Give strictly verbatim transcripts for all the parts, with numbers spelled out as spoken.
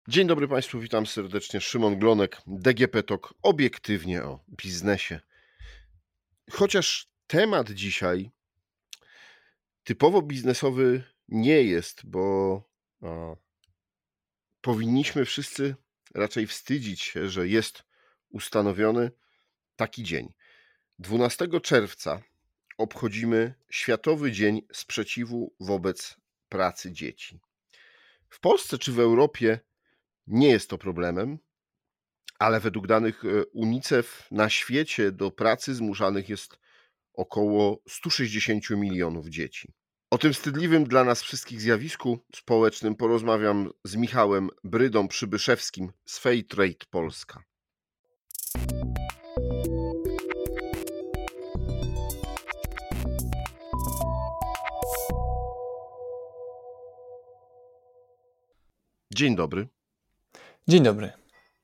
Dzień dobry Państwu, witam serdecznie. Szymon Glonek, D G P Talk, obiektywnie o biznesie. Chociaż temat dzisiaj typowo biznesowy nie jest, bo o, powinniśmy wszyscy raczej wstydzić się, że jest ustanowiony taki dzień. dwunastego czerwca obchodzimy Światowy Dzień Sprzeciwu wobec pracy dzieci. W Polsce czy w Europie nie jest to problemem, ale według danych UNICEF na świecie do pracy zmuszanych jest około sto sześćdziesiąt milionów dzieci. O tym wstydliwym dla nas wszystkich zjawisku społecznym porozmawiam z Michałem Brydą-Przybyszewskim z Fairtrade Polska. Dzień dobry. Dzień dobry.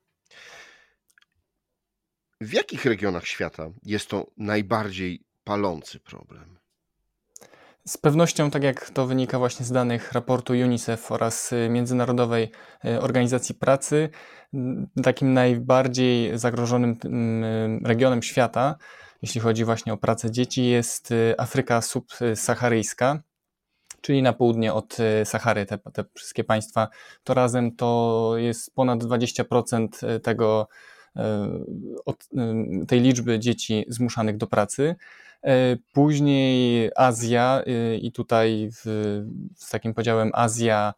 W jakich regionach świata jest to najbardziej palący problem? Z pewnością, tak jak to wynika właśnie z danych raportu UNICEF oraz Międzynarodowej Organizacji Pracy, takim najbardziej zagrożonym regionem świata, jeśli chodzi właśnie o pracę dzieci, jest Afryka subsaharyjska, czyli na południe od Sahary, te, te wszystkie państwa. To razem to jest ponad dwadzieścia procent tego, od tej liczby dzieci zmuszanych do pracy. Później Azja i tutaj w, z takim podziałem Azja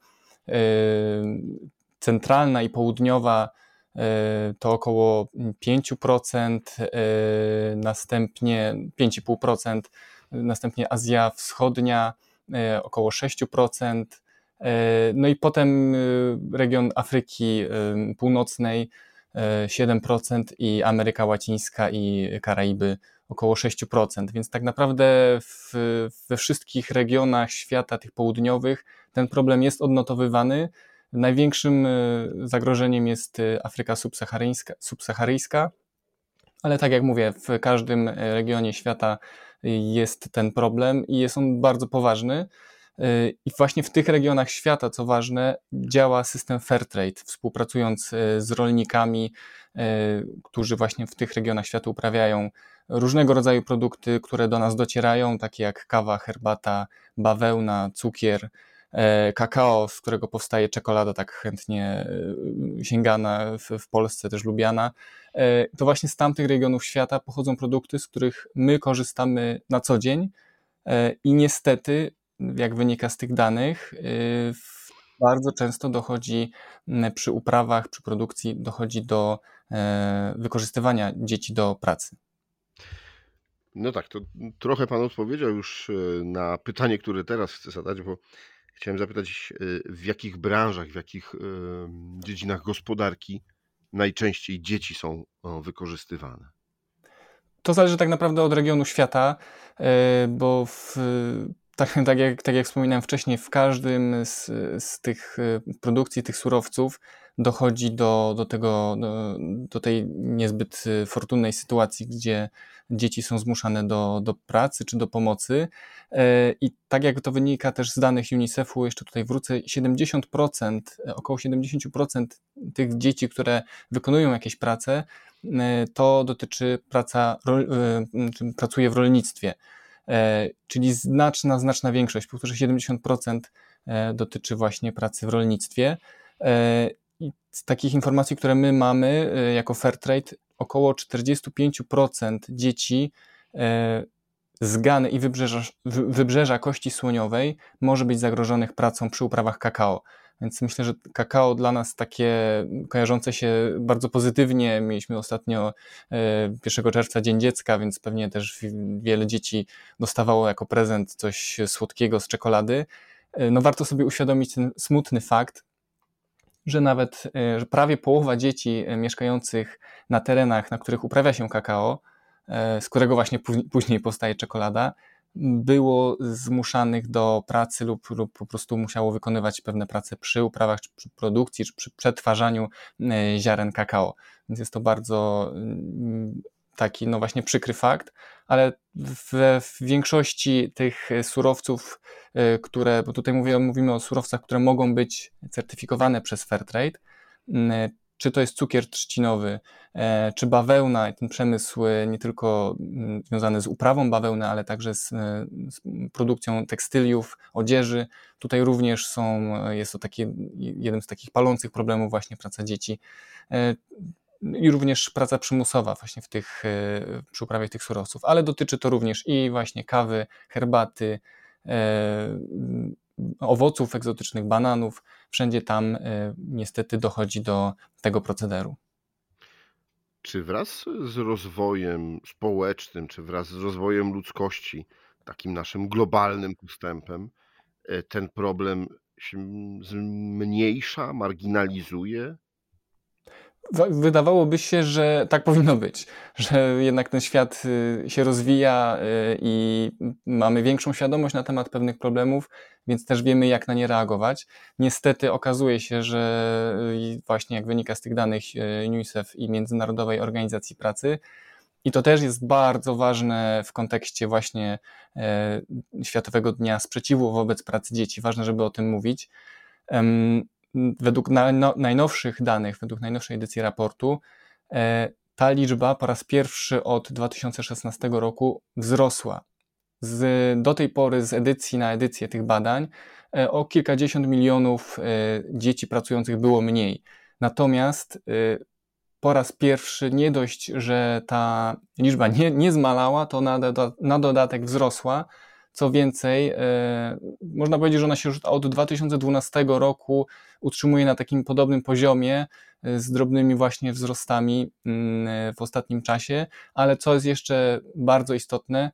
centralna i południowa to około pięć procent, następnie pięć i pół procent, następnie Azja Wschodnia około sześć procent, no i potem region Afryki Północnej siedem procent i Ameryka Łacińska i Karaiby około sześć procent, więc tak naprawdę w, we wszystkich regionach świata, tych południowych, ten problem jest odnotowywany. Największym zagrożeniem jest Afryka subsaharyjska, subsaharyjska, ale tak jak mówię, w każdym regionie świata jest ten problem i jest on bardzo poważny. I właśnie w tych regionach świata, co ważne, działa system Fairtrade, współpracując z rolnikami, którzy właśnie w tych regionach świata uprawiają różnego rodzaju produkty, które do nas docierają, takie jak kawa, herbata, bawełna, cukier, kakao, z którego powstaje czekolada tak chętnie sięgana w, w Polsce, też lubiana. To właśnie z tamtych regionów świata pochodzą produkty, z których my korzystamy na co dzień i niestety, jak wynika z tych danych, bardzo często dochodzi przy uprawach, przy produkcji dochodzi do wykorzystywania dzieci do pracy. No tak, to trochę Pan odpowiedział już na pytanie, które teraz chcę zadać, bo chciałem zapytać, w jakich branżach, w jakich dziedzinach gospodarki najczęściej dzieci są wykorzystywane? To zależy tak naprawdę od regionu świata, bo w Tak, tak, jak, tak jak wspominałem wcześniej, w każdym z, z tych produkcji, tych surowców dochodzi do, do, tego, do, do tej niezbyt fortunnej sytuacji, gdzie dzieci są zmuszane do, do pracy czy do pomocy. I tak jak to wynika też z danych UNICEF-u, jeszcze tutaj wrócę, siedemdziesiąt procent, około siedemdziesiąt procent tych dzieci, które wykonują jakieś prace, to dotyczy praca, czy pracuje w rolnictwie. Czyli znaczna, znaczna większość, powtórzę, siedemdziesiąt procent dotyczy właśnie pracy w rolnictwie. I z takich informacji, które my mamy jako Fairtrade, około czterdzieści pięć procent dzieci z Gany i wybrzeża, wybrzeża Kości Słoniowej może być zagrożonych pracą przy uprawach kakao. Więc myślę, że kakao dla nas takie kojarzące się bardzo pozytywnie. Mieliśmy ostatnio pierwszego czerwca Dzień Dziecka, więc pewnie też wiele dzieci dostawało jako prezent coś słodkiego z czekolady. No warto sobie uświadomić ten smutny fakt, że nawet że prawie połowa dzieci mieszkających na terenach, na których uprawia się kakao, z którego właśnie później powstaje czekolada, było zmuszanych do pracy lub, lub po prostu musiało wykonywać pewne prace przy uprawach, czy przy produkcji, czy przy przetwarzaniu ziaren kakao. Więc jest to bardzo taki, no właśnie przykry fakt, ale w, w większości tych surowców, które, bo tutaj mówię, mówimy o surowcach, które mogą być certyfikowane przez Fairtrade, czy to jest cukier trzcinowy, czy bawełna, i ten przemysł nie tylko związany z uprawą bawełny, ale także z, z produkcją tekstyliów, odzieży. Tutaj również są, jest to taki, jeden z takich palących problemów właśnie praca dzieci. I również praca przymusowa właśnie w tych, przy uprawie tych surowców, ale dotyczy to również i właśnie kawy, herbaty, owoców egzotycznych, bananów. Wszędzie tam niestety dochodzi do tego procederu. Czy wraz z rozwojem społecznym, czy wraz z rozwojem ludzkości, takim naszym globalnym postępem, ten problem się zmniejsza, marginalizuje? Wydawałoby się, że tak powinno być, że jednak ten świat się rozwija i mamy większą świadomość na temat pewnych problemów, więc też wiemy, jak na nie reagować. Niestety okazuje się, że właśnie jak wynika z tych danych UNICEF i Międzynarodowej Organizacji Pracy, i to też jest bardzo ważne w kontekście właśnie Światowego Dnia Sprzeciwu wobec pracy dzieci, ważne, żeby o tym mówić. Według najnowszych danych, według najnowszej edycji raportu, ta liczba po raz pierwszy od dwa tysiące szesnastego roku wzrosła. Z, do tej pory z edycji na edycję tych badań o kilkadziesiąt milionów dzieci pracujących było mniej. Natomiast po raz pierwszy nie dość, że ta liczba nie, nie zmalała, to na, na dodatek wzrosła. Co więcej, można powiedzieć, że ona się już od dwa tysiące dwunastego roku utrzymuje na takim podobnym poziomie z drobnymi właśnie wzrostami w ostatnim czasie, ale co jest jeszcze bardzo istotne,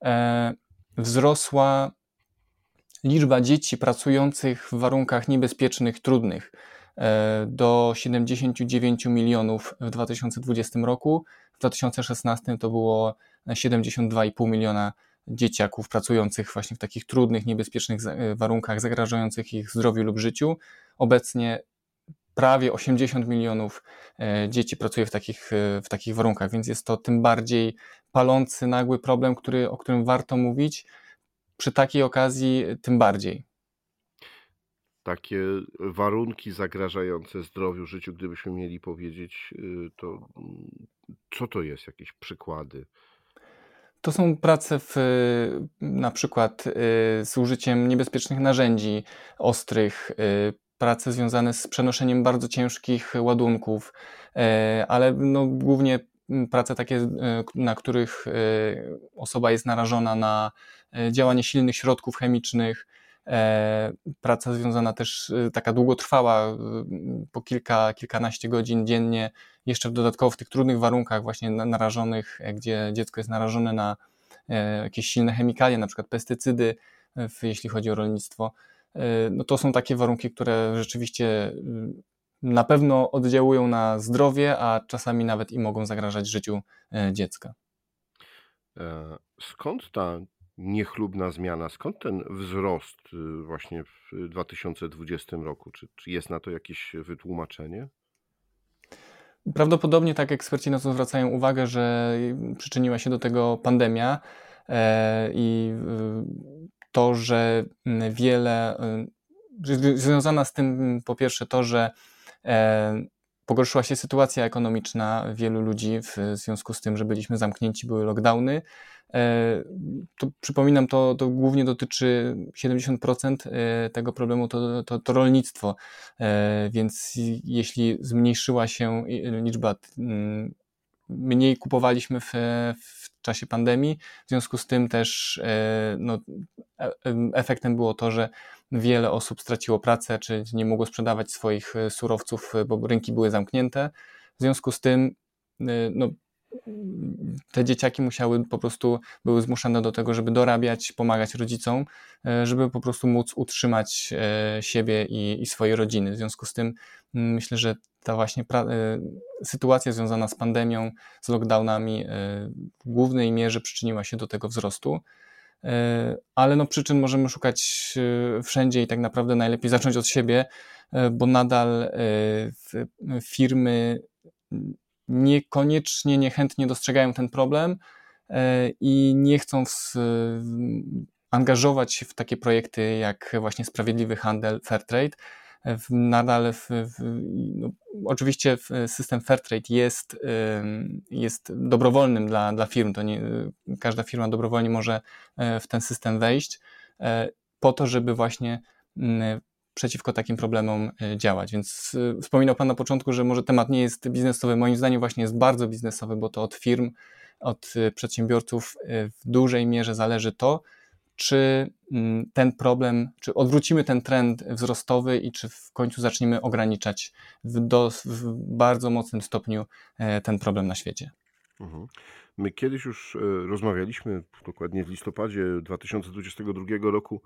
wzrosła liczba dzieci pracujących w warunkach niebezpiecznych, trudnych do siedemdziesiąt dziewięć milionów w dwa tysiące dwudziestym roku, w dwa tysiące szesnastym to było siedemdziesiąt dwa i pół miliona dzieciaków pracujących właśnie w takich trudnych, niebezpiecznych warunkach, zagrażających ich zdrowiu lub życiu. Obecnie prawie osiemdziesiąt milionów dzieci pracuje w takich, w takich warunkach, więc jest to tym bardziej palący, nagły problem, który, o którym warto mówić. Przy takiej okazji tym bardziej. Takie warunki zagrażające zdrowiu, życiu, gdybyśmy mieli powiedzieć, to co to jest? Jakieś przykłady? To są prace w, na przykład z użyciem niebezpiecznych narzędzi ostrych, prace związane z przenoszeniem bardzo ciężkich ładunków, ale no głównie prace takie, na których osoba jest narażona na działanie silnych środków chemicznych, praca związana też, taka długotrwała, po kilka, kilkanaście godzin dziennie, jeszcze dodatkowo w tych trudnych warunkach właśnie narażonych, gdzie dziecko jest narażone na jakieś silne chemikalia, na przykład pestycydy, jeśli chodzi o rolnictwo. No to są takie warunki, które rzeczywiście na pewno oddziałują na zdrowie, a czasami nawet i mogą zagrażać życiu dziecka. Skąd ta niechlubna zmiana, skąd ten wzrost właśnie w dwa tysiące dwudziestym roku? Czy, czy jest na to jakieś wytłumaczenie? Prawdopodobnie tak eksperci na to zwracają uwagę, że przyczyniła się do tego pandemia i to, że wiele, związana z tym po pierwsze to, że pogorszyła się sytuacja ekonomiczna wielu ludzi w związku z tym, że byliśmy zamknięci, były lockdowny. To przypominam, to, to głównie dotyczy siedemdziesiąt procent tego problemu to, to, to rolnictwo, więc jeśli zmniejszyła się liczba, mniej kupowaliśmy w, w czasie pandemii, w związku z tym też no, efektem było to, że wiele osób straciło pracę, czy nie mogło sprzedawać swoich surowców, bo rynki były zamknięte. W związku z tym no, te dzieciaki musiały po prostu, były zmuszane do tego, żeby dorabiać, pomagać rodzicom, żeby po prostu móc utrzymać siebie i, i swoje rodziny. W związku z tym myślę, że ta właśnie pra- sytuacja związana z pandemią, z lockdownami w głównej mierze przyczyniła się do tego wzrostu. Ale no przyczyn możemy szukać wszędzie i tak naprawdę najlepiej zacząć od siebie, bo nadal firmy niekoniecznie, niechętnie dostrzegają ten problem i nie chcą w, angażować się w takie projekty jak właśnie sprawiedliwy handel, fair trade, w, nadal w, w, no, oczywiście system Fairtrade jest, jest dobrowolnym dla, dla firm, to nie, każda firma dobrowolnie może w ten system wejść po to, żeby właśnie przeciwko takim problemom działać. Więc wspominał Pan na początku, że może temat nie jest biznesowy. Moim zdaniem właśnie jest bardzo biznesowy, bo to od firm, od przedsiębiorców w dużej mierze zależy to, czy ten problem, czy odwrócimy ten trend wzrostowy i czy w końcu zaczniemy ograniczać w, do, w bardzo mocnym stopniu ten problem na świecie. Mhm. My kiedyś już rozmawialiśmy, dokładnie w listopadzie dwa tysiące dwudziestego drugiego roku,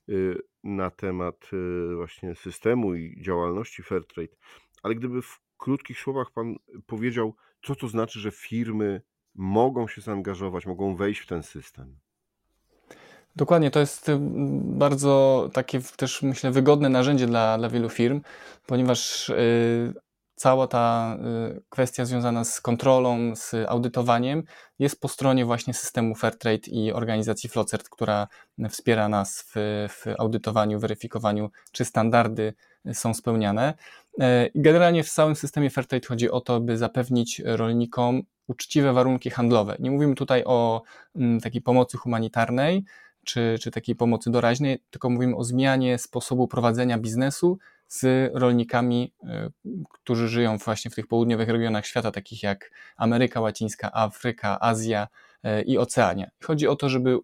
na temat właśnie systemu i działalności Fairtrade, ale gdyby w krótkich słowach Pan powiedział, co to znaczy, że firmy mogą się zaangażować, mogą wejść w ten system? Dokładnie, to jest bardzo takie też, myślę, wygodne narzędzie dla, dla wielu firm, ponieważ y, cała ta y, kwestia związana z kontrolą, z audytowaniem jest po stronie właśnie systemu Fairtrade i organizacji Flowcert, która wspiera nas w, w audytowaniu, weryfikowaniu, czy standardy są spełniane. Generalnie w całym systemie Fairtrade chodzi o to, by zapewnić rolnikom uczciwe warunki handlowe. Nie mówimy tutaj o m, takiej pomocy humanitarnej, czy, czy takiej pomocy doraźnej, tylko mówimy o zmianie sposobu prowadzenia biznesu z rolnikami, którzy żyją właśnie w tych południowych regionach świata, takich jak Ameryka Łacińska, Afryka, Azja i Oceania. Chodzi o to, żeby,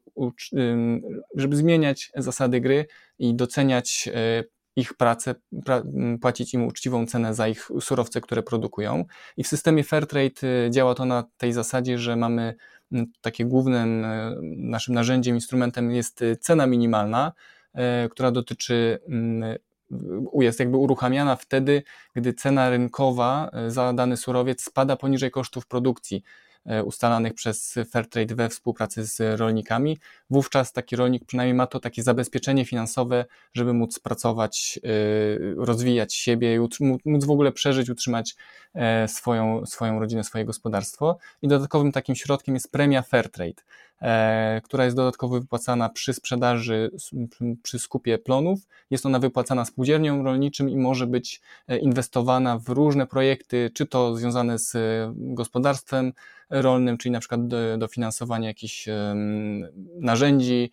żeby zmieniać zasady gry i doceniać ich pracę, płacić im uczciwą cenę za ich surowce, które produkują. I w systemie Fairtrade działa to na tej zasadzie, że mamy takie głównym naszym narzędziem, instrumentem jest cena minimalna, która dotyczy, jest jakby uruchamiana wtedy, gdy cena rynkowa za dany surowiec spada poniżej kosztów produkcji ustalanych przez Fairtrade we współpracy z rolnikami. Wówczas taki rolnik przynajmniej ma to takie zabezpieczenie finansowe, żeby móc pracować, rozwijać siebie i móc w ogóle przeżyć, utrzymać swoją, swoją rodzinę, swoje gospodarstwo. I dodatkowym takim środkiem jest premia Fairtrade, która jest dodatkowo wypłacana przy sprzedaży, przy skupie plonów. Jest ona wypłacana spółdzielniom rolniczym i może być inwestowana w różne projekty, czy to związane z gospodarstwem rolnym, czyli na przykład dofinansowanie jakichś narzędzi,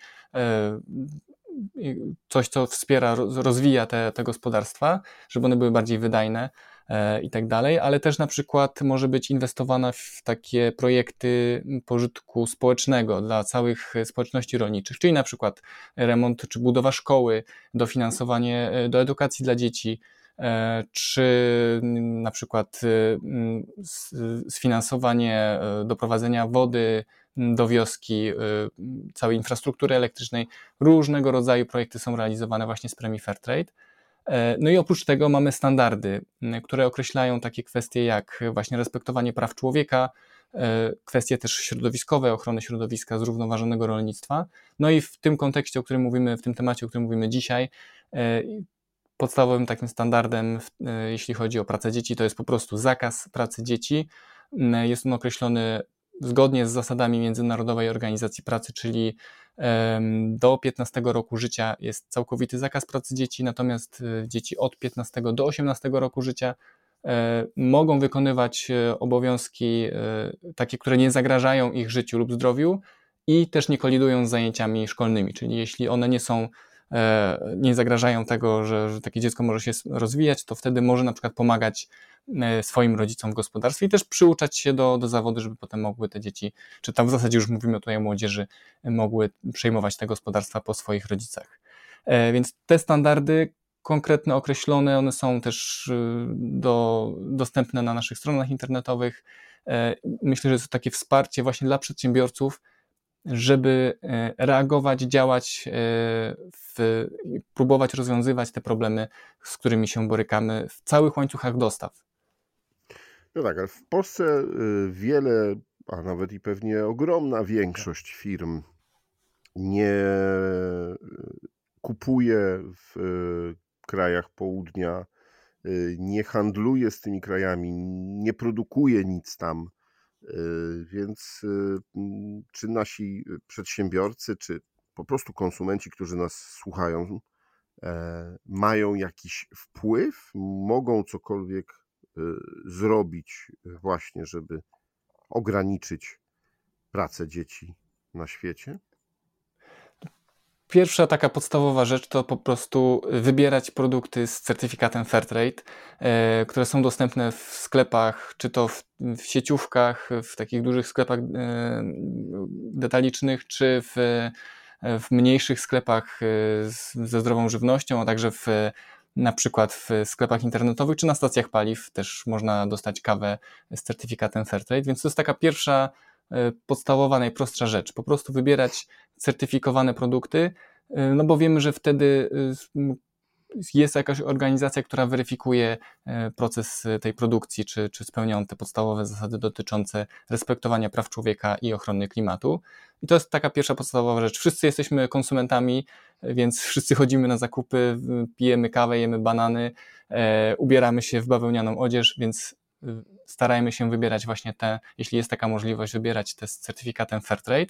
coś, co wspiera, rozwija te, te gospodarstwa, żeby one były bardziej wydajne i tak dalej, ale też na przykład może być inwestowana w takie projekty pożytku społecznego dla całych społeczności rolniczych, czyli na przykład remont czy budowa szkoły, dofinansowanie do edukacji dla dzieci, czy na przykład sfinansowanie doprowadzenia wody do wioski, całej infrastruktury elektrycznej. Różnego rodzaju projekty są realizowane właśnie z premii Fairtrade. No i oprócz tego mamy standardy, które określają takie kwestie jak właśnie respektowanie praw człowieka, kwestie też środowiskowe, ochrony środowiska, zrównoważonego rolnictwa. No i w tym kontekście, o którym mówimy, w tym temacie, o którym mówimy dzisiaj, podstawowym takim standardem, jeśli chodzi o pracę dzieci, to jest po prostu zakaz pracy dzieci. Jest on określony zgodnie z zasadami Międzynarodowej Organizacji Pracy, czyli do piętnastego roku życia jest całkowity zakaz pracy dzieci, natomiast dzieci od piętnastego do osiemnastego roku życia mogą wykonywać obowiązki takie, które nie zagrażają ich życiu lub zdrowiu i też nie kolidują z zajęciami szkolnymi, czyli jeśli one nie są nie zagrażają tego, że, że takie dziecko może się rozwijać, to wtedy może na przykład pomagać swoim rodzicom w gospodarstwie i też przyuczać się do, do zawodu, żeby potem mogły te dzieci, czy tam w zasadzie już mówimy tutaj o młodzieży, mogły przejmować te gospodarstwa po swoich rodzicach. Więc te standardy konkretne, określone, one są też do, dostępne na naszych stronach internetowych. Myślę, że jest to takie wsparcie właśnie dla przedsiębiorców, żeby reagować, działać, w, próbować rozwiązywać te problemy, z którymi się borykamy w całych łańcuchach dostaw. No tak, ale w Polsce wiele, a nawet i pewnie ogromna większość firm nie kupuje w krajach południa, nie handluje z tymi krajami, nie produkuje nic tam. Więc czy nasi przedsiębiorcy, czy po prostu konsumenci, którzy nas słuchają, mają jakiś wpływ, mogą cokolwiek zrobić właśnie, żeby ograniczyć pracę dzieci na świecie? Pierwsza taka podstawowa rzecz to po prostu wybierać produkty z certyfikatem Fairtrade, e, które są dostępne w sklepach, czy to w, w sieciówkach, w takich dużych sklepach e, detalicznych, czy w, w mniejszych sklepach e, z, ze zdrową żywnością, a także w, na przykład w sklepach internetowych, czy na stacjach paliw też można dostać kawę z certyfikatem Fairtrade, więc to jest taka pierwsza podstawowa, najprostsza rzecz. Po prostu wybierać certyfikowane produkty, no bo wiemy, że wtedy jest jakaś organizacja, która weryfikuje proces tej produkcji, czy, czy spełnia on te podstawowe zasady dotyczące respektowania praw człowieka i ochrony klimatu. I to jest taka pierwsza podstawowa rzecz. Wszyscy jesteśmy konsumentami, więc wszyscy chodzimy na zakupy, pijemy kawę, jemy banany, ubieramy się w bawełnianą odzież, więc starajmy się wybierać właśnie te, jeśli jest taka możliwość, wybierać te z certyfikatem Fairtrade.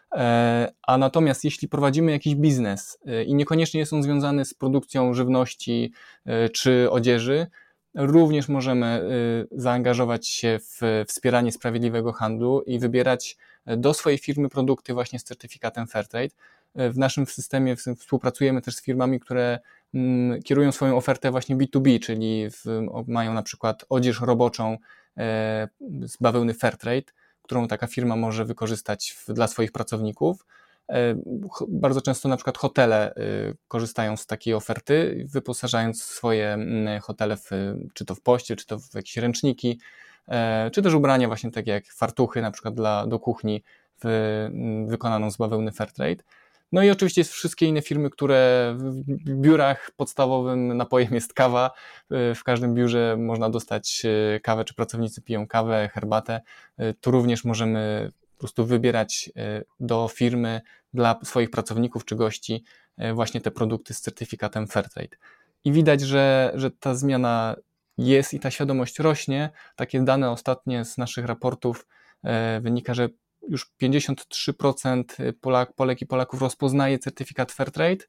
A natomiast jeśli prowadzimy jakiś biznes i niekoniecznie jest on związany z produkcją żywności czy odzieży, również możemy zaangażować się w wspieranie sprawiedliwego handlu i wybierać do swojej firmy produkty właśnie z certyfikatem Fairtrade. W naszym systemie współpracujemy też z firmami, które kierują swoją ofertę właśnie B dwa B, czyli w, mają na przykład odzież roboczą z bawełny Fairtrade, którą taka firma może wykorzystać w, dla swoich pracowników. Bardzo często na przykład hotele korzystają z takiej oferty, wyposażając swoje hotele w, czy to w pościel, czy to w jakieś ręczniki, czy też ubrania właśnie takie jak fartuchy na przykład dla, do kuchni w, wykonaną z bawełny Fairtrade. No i oczywiście jest wszystkie inne firmy, które w biurach podstawowym napojem jest kawa. W każdym biurze można dostać kawę, czy pracownicy piją kawę, herbatę. Tu również możemy po prostu wybierać do firmy dla swoich pracowników czy gości właśnie te produkty z certyfikatem Fairtrade. I widać, że, że ta zmiana jest i ta świadomość rośnie. Takie dane ostatnie z naszych raportów wynika, że już pięćdziesiąt trzy procent Polak, Polek i Polaków rozpoznaje certyfikat Fairtrade,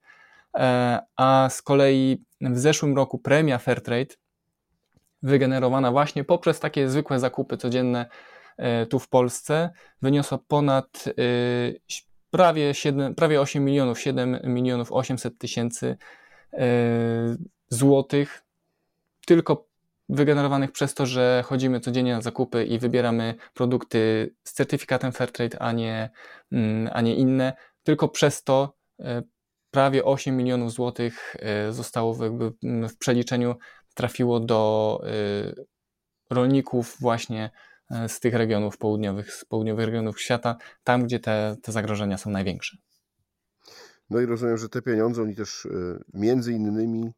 a z kolei w zeszłym roku premia Fairtrade, wygenerowana właśnie poprzez takie zwykłe zakupy codzienne tu w Polsce, wyniosła ponad prawie, siedem, prawie osiem milionów, siedem milionów osiemset tysięcy złotych, tylko wygenerowanych przez to, że chodzimy codziennie na zakupy i wybieramy produkty z certyfikatem Fairtrade, a nie, a nie inne. Tylko przez to prawie osiem milionów złotych zostało jakby w przeliczeniu trafiło do rolników właśnie z tych regionów południowych, z południowych regionów świata, tam gdzie te, te zagrożenia są największe. No i rozumiem, że te pieniądze oni też między innymi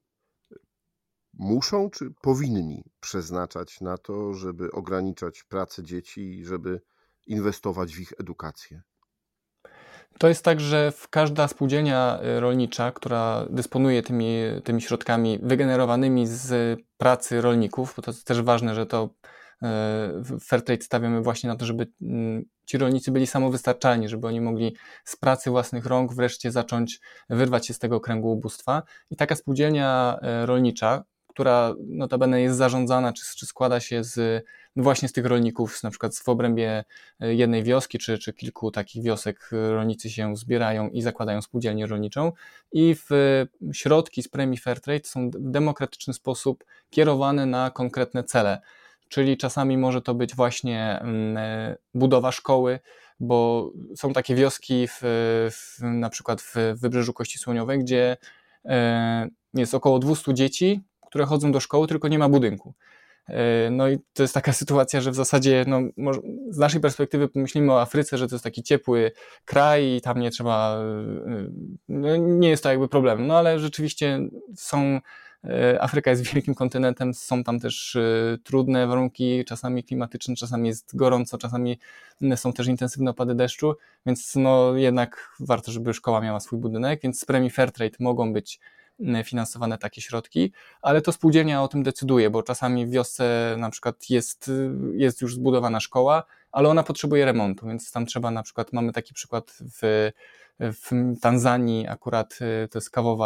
muszą czy powinni przeznaczać na to, żeby ograniczać pracę dzieci i żeby inwestować w ich edukację? To jest tak, że każda spółdzielnia rolnicza, która dysponuje tymi, tymi środkami wygenerowanymi z pracy rolników, bo to jest też ważne, że to w Fairtrade stawiamy właśnie na to, żeby ci rolnicy byli samowystarczalni, żeby oni mogli z pracy własnych rąk wreszcie zacząć wyrwać się z tego kręgu ubóstwa. I taka spółdzielnia rolnicza, która notabene jest zarządzana, czy, czy składa się z, właśnie z tych rolników, na przykład w obrębie jednej wioski, czy, czy kilku takich wiosek rolnicy się zbierają i zakładają spółdzielnię rolniczą i w środki z premii Fairtrade są w demokratyczny sposób kierowane na konkretne cele. Czyli czasami może to być właśnie budowa szkoły, bo są takie wioski w, w, na przykład w Wybrzeżu Kości Słoniowej, gdzie jest około dwieście dzieci, które chodzą do szkoły, tylko nie ma budynku. No i to jest taka sytuacja, że w zasadzie no, z naszej perspektywy pomyślimy o Afryce, że to jest taki ciepły kraj i tam nie trzeba, no, nie jest to jakby problem. No ale rzeczywiście są, Afryka jest wielkim kontynentem, są tam też trudne warunki, czasami klimatyczne, czasami jest gorąco, czasami są też intensywne opady deszczu, więc no jednak warto, żeby szkoła miała swój budynek, więc z premii Fairtrade mogą być finansowane takie środki, ale to spółdzielnia o tym decyduje, bo czasami w wiosce na przykład jest, jest już zbudowana szkoła, ale ona potrzebuje remontu, więc tam trzeba na przykład, mamy taki przykład w, w Tanzanii akurat, to jest kawowa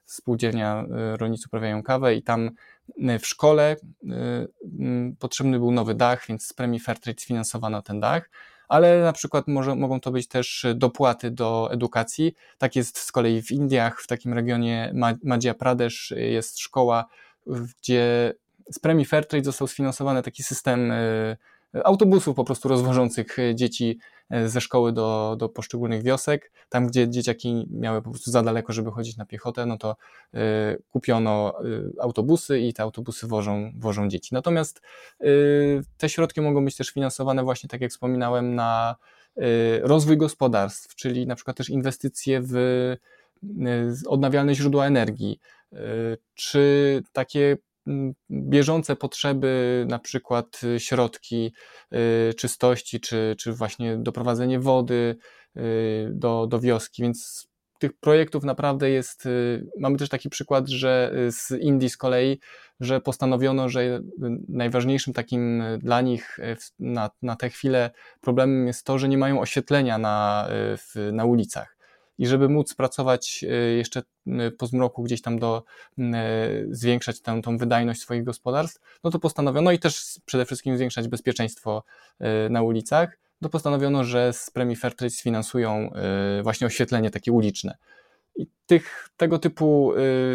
spółdzielnia, rolnicy uprawiają kawę i tam w szkole potrzebny był nowy dach, więc z premii Fairtrade sfinansowano ten dach, ale na przykład może, mogą to być też dopłaty do edukacji. Tak jest z kolei w Indiach, w takim regionie Madhya Pradesh jest szkoła, gdzie z premii Fairtrade został sfinansowany taki system autobusów po prostu rozwożących dzieci ze szkoły do, do poszczególnych wiosek. Tam, gdzie dzieciaki miały po prostu za daleko, żeby chodzić na piechotę, no to y, kupiono y, autobusy i te autobusy wożą, wożą dzieci. Natomiast y, te środki mogą być też finansowane właśnie, tak jak wspominałem, na y, rozwój gospodarstw, czyli na przykład też inwestycje w y, odnawialne źródła energii, y, czy takie bieżące potrzeby, na przykład środki y, czystości, czy, czy właśnie doprowadzenie wody y, do, do wioski, więc tych projektów naprawdę jest, y, mamy też taki przykład, że z Indii z kolei, że postanowiono, że najważniejszym takim dla nich na, na tę chwilę problemem jest to, że nie mają oświetlenia na, w, na ulicach. I żeby móc pracować jeszcze po zmroku gdzieś tam do zwiększać tę, tą wydajność swoich gospodarstw, no to postanowiono i też przede wszystkim zwiększać bezpieczeństwo na ulicach, to postanowiono, że z premii Fairtrade sfinansują właśnie oświetlenie takie uliczne. I tych, tego typu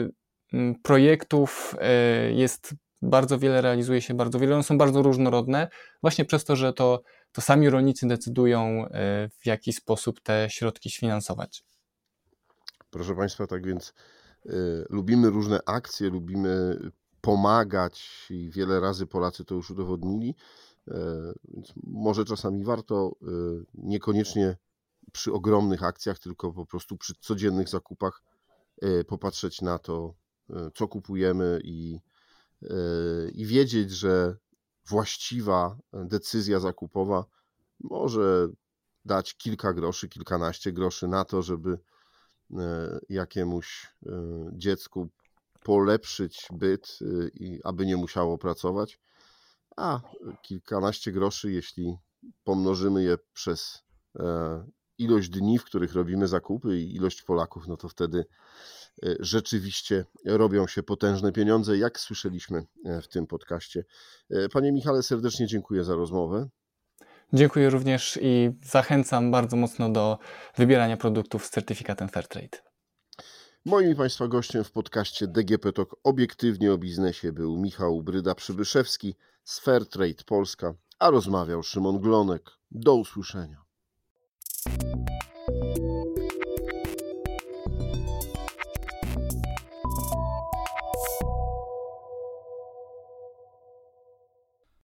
projektów jest bardzo wiele, realizuje się bardzo wiele, one są bardzo różnorodne, właśnie przez to, że to, to sami rolnicy decydują, w jaki sposób te środki sfinansować. Proszę Państwa, tak więc y, lubimy różne akcje, lubimy pomagać i wiele razy Polacy to już udowodnili, y, więc może czasami warto y, niekoniecznie przy ogromnych akcjach, tylko po prostu przy codziennych zakupach y, popatrzeć na to, y, co kupujemy i, y, i wiedzieć, że właściwa decyzja zakupowa może dać kilka groszy, kilkanaście groszy na to, żeby jakiemuś dziecku polepszyć byt, i aby nie musiało pracować, a kilkanaście groszy, jeśli pomnożymy je przez ilość dni, w których robimy zakupy i ilość Polaków, no to wtedy rzeczywiście robią się potężne pieniądze, jak słyszeliśmy w tym podcaście. Panie Michale, serdecznie dziękuję za rozmowę. Dziękuję również i zachęcam bardzo mocno do wybierania produktów z certyfikatem Fairtrade. Moim i Państwa gościem w podcaście D G P Talk obiektywnie o biznesie był Michał Bryda-Przybyszewski z Fairtrade Polska, a rozmawiał Szymon Glonek. Do usłyszenia.